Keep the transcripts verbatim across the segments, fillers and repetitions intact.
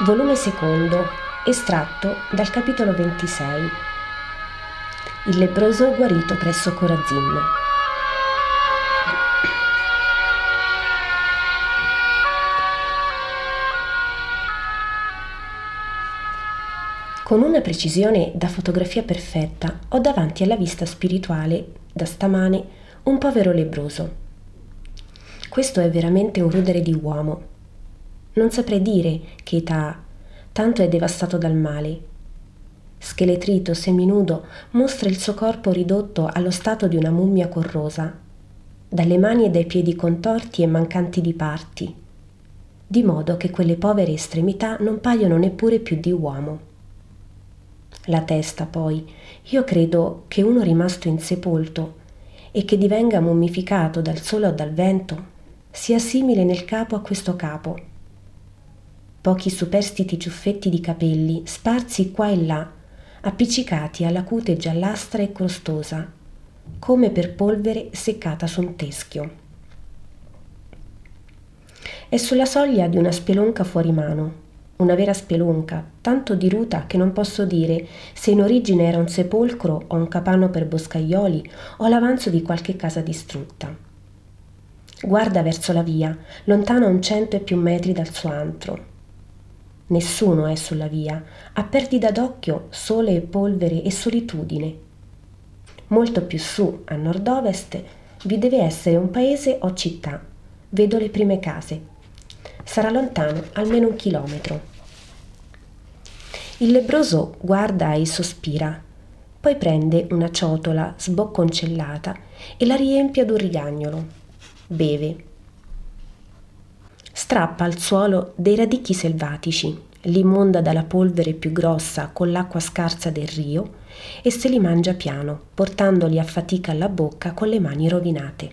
Volume secondo, estratto dal capitolo ventisei. Il lebbroso guarito presso Corazim. Con una precisione da fotografia perfetta ho davanti alla vista spirituale, da stamane, un povero lebbroso. Questo è veramente un rudere di uomo. Non saprei dire che età ha, tanto è devastato dal male. Scheletrito, seminudo, mostra il suo corpo ridotto allo stato di una mummia corrosa, dalle mani e dai piedi contorti e mancanti di parti, di modo che quelle povere estremità non paiono neppure più di uomo. La testa, poi, io credo che uno rimasto insepolto e che divenga mummificato dal sole o dal vento sia simile nel capo a questo capo. Pochi superstiti ciuffetti di capelli sparsi qua e là, appiccicati alla cute giallastra e costosa, come per polvere seccata su un teschio. È sulla soglia di una spelonca fuori mano, una vera spelonca, tanto diruta che non posso dire se in origine era un sepolcro o un capanno per boscaioli o l'avanzo di qualche casa distrutta. Guarda verso la via, lontano un cento e più metri dal suo antro. Nessuno è sulla via, a perdita d'occhio sole e polvere e solitudine. Molto più su, a nord-ovest, vi deve essere un paese o città. Vedo le prime case. Sarà lontano almeno un chilometro. Il lebbroso guarda e sospira, poi prende una ciotola sbocconcellata e la riempie ad un rigagnolo. Beve. Strappa al suolo dei radicchi selvatici, li monda dalla polvere più grossa con l'acqua scarsa del rio e se li mangia piano, portandoli a fatica alla bocca con le mani rovinate.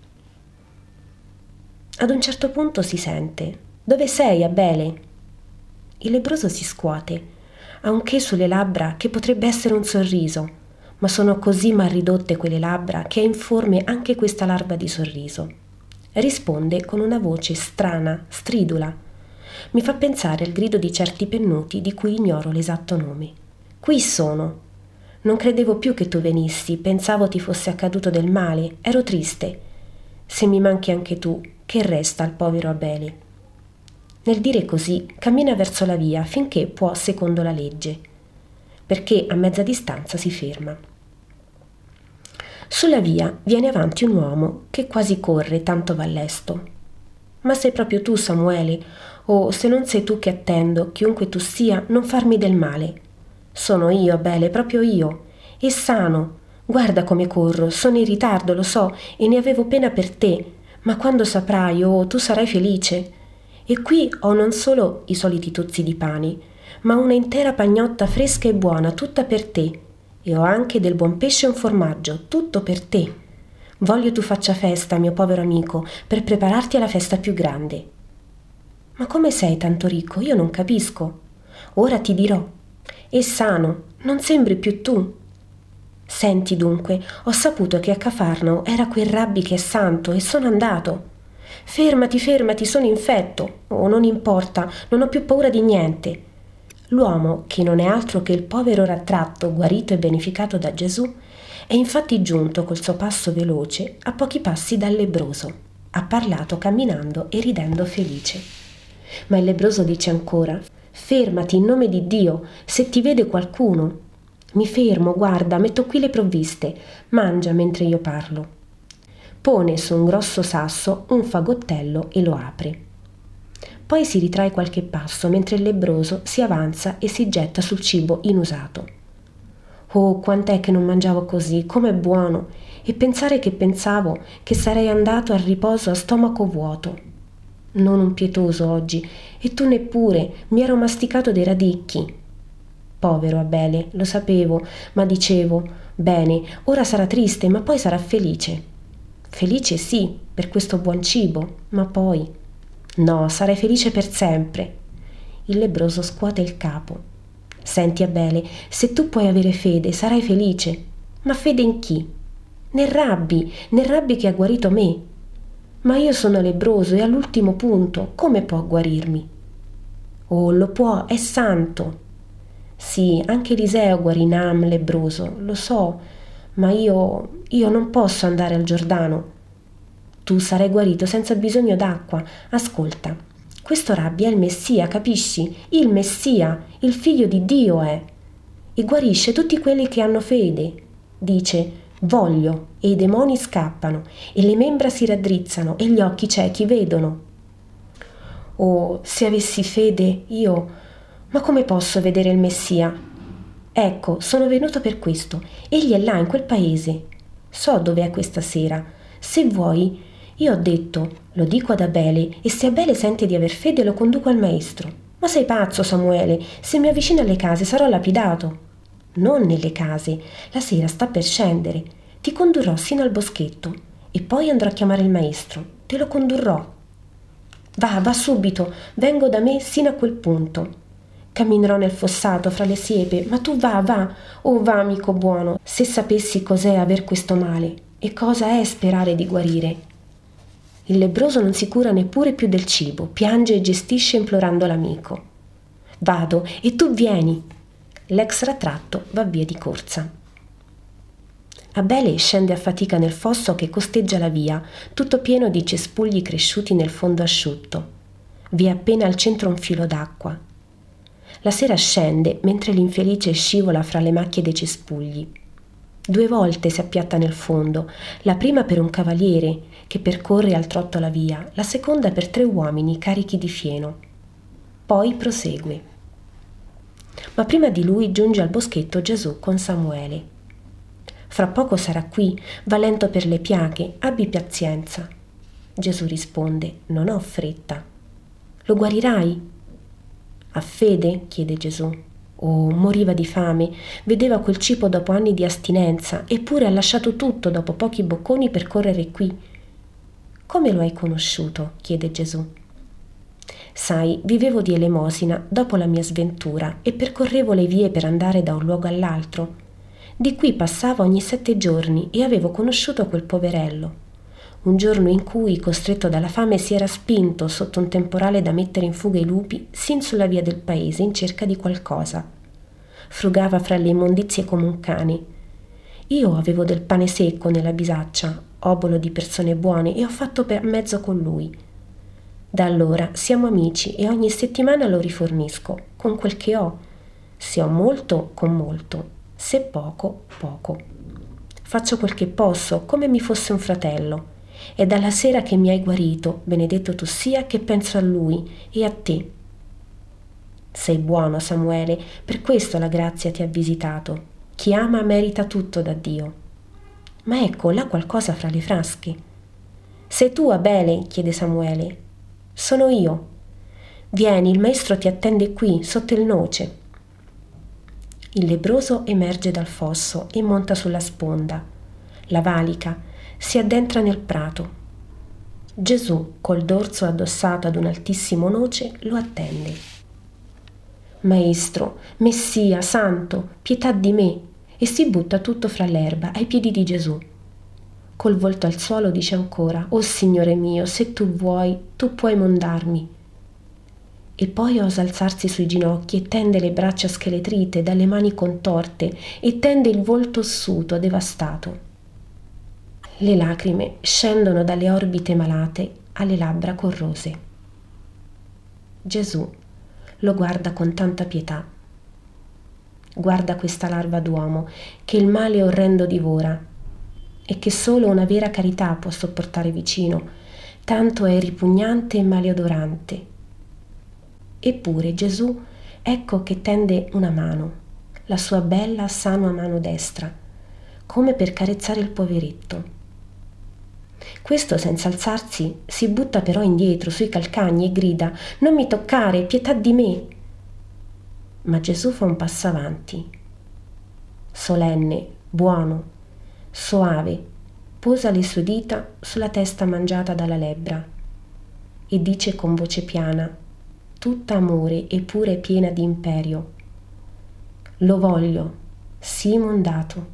Ad un certo punto si sente: «Dove sei, Abele?» Il lebbroso si scuote, ha un che sulle labbra che potrebbe essere un sorriso, ma sono così mal ridotte quelle labbra che è informe anche questa larva di sorriso. Risponde con una voce strana, stridula. Mi fa pensare al grido di certi pennuti di cui ignoro l'esatto nome. «Qui sono. Non credevo più che tu venissi, pensavo ti fosse accaduto del male, ero triste. Se mi manchi anche tu, che resta al povero Abele?» Nel dire così, cammina verso la via finché può secondo la legge, perché a mezza distanza si ferma. Sulla via viene avanti un uomo che quasi corre, tanto va lesto. «Ma sei proprio tu, Samuele, o se non sei tu che attendo, chiunque tu sia, non farmi del male. Sono io, Abele, proprio io, e sano. Guarda come corro, sono in ritardo, lo so, e ne avevo pena per te, ma quando saprai, oh, tu sarai felice. E qui ho non solo i soliti tozzi di pani, ma una intera pagnotta fresca e buona, tutta per te. E ho anche del buon pesce e un formaggio, tutto per te. Voglio tu faccia festa, mio povero amico, per prepararti alla festa più grande». «Ma come sei tanto ricco? Io non capisco». «Ora ti dirò. E sano, non sembri più tu». «Senti dunque, ho saputo che a Cafarnao era quel rabbi che è santo e sono andato». «Fermati, fermati, sono infetto». «Oh, non importa, non ho più paura di niente». L'uomo, che non è altro che il povero rattratto guarito e beneficato da Gesù, è infatti giunto col suo passo veloce a pochi passi dal lebbroso. Ha parlato camminando e ridendo felice. Ma il lebbroso dice ancora: «Fermati in nome di Dio, se ti vede qualcuno». «Mi fermo, guarda, metto qui le provviste, mangia mentre io parlo». Pone su un grosso sasso un fagottello e lo apre. Poi si ritrae qualche passo mentre il lebbroso si avanza e si getta sul cibo inusato. «Oh, quant'è che non mangiavo così, com'è buono! E pensare che pensavo che sarei andato al riposo a stomaco vuoto. Non un pietoso oggi, e tu neppure, mi ero masticato dei radicchi». «Povero Abele, lo sapevo, ma dicevo, bene, ora sarà triste, ma poi sarà felice». «Felice sì, per questo buon cibo, ma poi...» «No, sarai felice per sempre». Il lebbroso scuote il capo. «Senti, Abele, se tu puoi avere fede, sarai felice. Ma fede in chi? Nel rabbi, nel rabbi che ha guarito me. Ma io sono lebbroso e all'ultimo punto, come può guarirmi?» Oh, lo può, è santo. Sì, anche Eliseo guarì Naam lebbroso, lo so, ma io, io non posso andare al Giordano. Tu sarai guarito senza bisogno d'acqua. Ascolta, questo rabbì è il Messia, capisci? Il Messia, il figlio di Dio è. E guarisce tutti quelli che hanno fede. Dice, voglio, e i demoni scappano, e le membra si raddrizzano, e gli occhi ciechi vedono. Oh, se avessi fede, io... Ma come posso vedere il Messia? Ecco, sono venuto per questo. Egli è là, in quel paese. So dove è questa sera. Se vuoi, io ho detto, lo dico ad Abele, e se Abele sente di aver fede lo conduco al maestro. Ma sei pazzo, Samuele? Se mi avvicino alle case sarò lapidato. Non nelle case. La sera sta per scendere. Ti condurrò sino al boschetto e poi andrò a chiamare il maestro. Te lo condurrò. Va, va subito. Vengo da me sino a quel punto. Camminerò nel fossato fra le siepi, ma tu va, va, oh va, amico buono, se sapessi cos'è aver questo male e cosa è sperare di guarire. Il lebbroso non si cura neppure più del cibo, piange e gestisce implorando l'amico. Vado, e tu vieni. L'ex ritratto va via di corsa. Abele scende a fatica nel fosso che costeggia la via, tutto pieno di cespugli cresciuti nel fondo asciutto. Vi è appena al centro un filo d'acqua. La sera scende mentre l'infelice scivola fra le macchie dei cespugli. Due volte si appiatta nel fondo, la prima per un cavaliere che percorre al trotto la via, la seconda per tre uomini carichi di fieno. Poi prosegue. Ma prima di lui giunge al boschetto Gesù con Samuele. Fra poco sarà qui, va lento per le piaghe, abbi pazienza. Gesù risponde, non ho fretta. Lo guarirai? Ha fede? Chiede Gesù. Oh, moriva di fame, vedeva quel cibo dopo anni di astinenza, eppure ha lasciato tutto dopo pochi bocconi per correre qui. Come lo hai conosciuto? Chiede Gesù. Sai, vivevo di elemosina dopo la mia sventura e percorrevo le vie per andare da un luogo all'altro. Di qui passavo ogni sette giorni e avevo conosciuto quel poverello. Un giorno in cui, costretto dalla fame, si era spinto sotto un temporale da mettere in fuga i lupi sin sulla via del paese in cerca di qualcosa. Frugava fra le immondizie come un cane. Io avevo del pane secco nella bisaccia, obolo di persone buone, e ho fatto per mezzo con lui. Da allora siamo amici e ogni settimana lo rifornisco, con quel che ho. Se ho molto, con molto. Se poco, poco. Faccio quel che posso, come mi fosse un fratello. È dalla sera che mi hai guarito, benedetto tu sia, che penso a lui e a te. Sei buono, Samuele, per questo la grazia ti ha visitato. Chi ama merita tutto da Dio. Ma ecco, là qualcosa fra le frasche. Sei tu, Abele? Chiede Samuele. Sono io. Vieni, il maestro ti attende qui, sotto il noce. Il lebbroso emerge dal fosso e monta sulla sponda. La valica si addentra nel prato. Gesù, col dorso addossato ad un altissimo noce, lo attende. Maestro, Messia, Santo, pietà di me, e si butta tutto fra l'erba ai piedi di Gesù. Col volto al suolo dice ancora, «O Signore mio, se tu vuoi, tu puoi mondarmi». E poi osa alzarsi sui ginocchi e tende le braccia scheletrite dalle mani contorte e tende il volto ossuto, devastato. Le lacrime scendono dalle orbite malate alle labbra corrose. Gesù lo guarda con tanta pietà. Guarda questa larva d'uomo che il male orrendo divora e che solo una vera carità può sopportare vicino, tanto è ripugnante e maleodorante. Eppure Gesù ecco che tende una mano, la sua bella sanua mano destra, come per carezzare il poveretto. Questo, senza alzarsi, si butta però indietro sui calcagni e grida: «Non mi toccare, pietà di me!» Ma Gesù fa un passo avanti. Solenne, buono, soave, posa le sue dita sulla testa mangiata dalla lebbra e dice con voce piana, tutta amore e pure piena di imperio: «Lo voglio, sii mondato».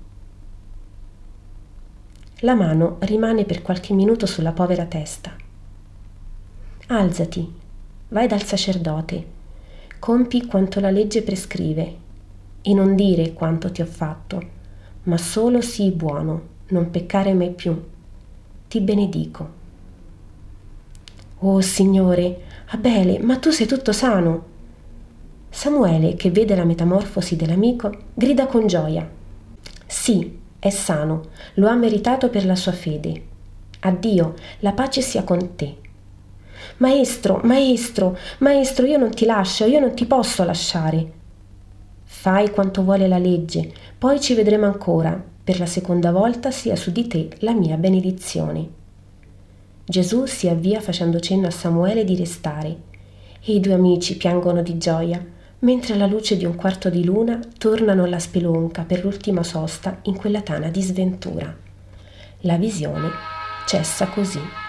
La mano rimane per qualche minuto sulla povera testa. «Alzati, vai dal sacerdote, Compi quanto la legge prescrive e non dire quanto ti ho fatto, ma solo sii buono, non peccare mai più. Ti benedico. Oh Signore, Abele, ma tu sei tutto sano. Samuele, che vede la metamorfosi dell'amico, grida con gioia. Sì, è sano, lo ha meritato per la sua fede. Addio, la pace sia con te. Maestro, maestro, maestro, io non ti lascio, io non ti posso lasciare. Fai quanto vuole la legge, poi ci vedremo ancora. Per la seconda volta sia su di te la mia benedizione. Gesù si avvia facendo cenno a Samuele di restare e i due amici piangono di gioia, mentre alla luce di un quarto di luna tornano alla spelonca per l'ultima sosta in quella tana di sventura. La visione cessa così.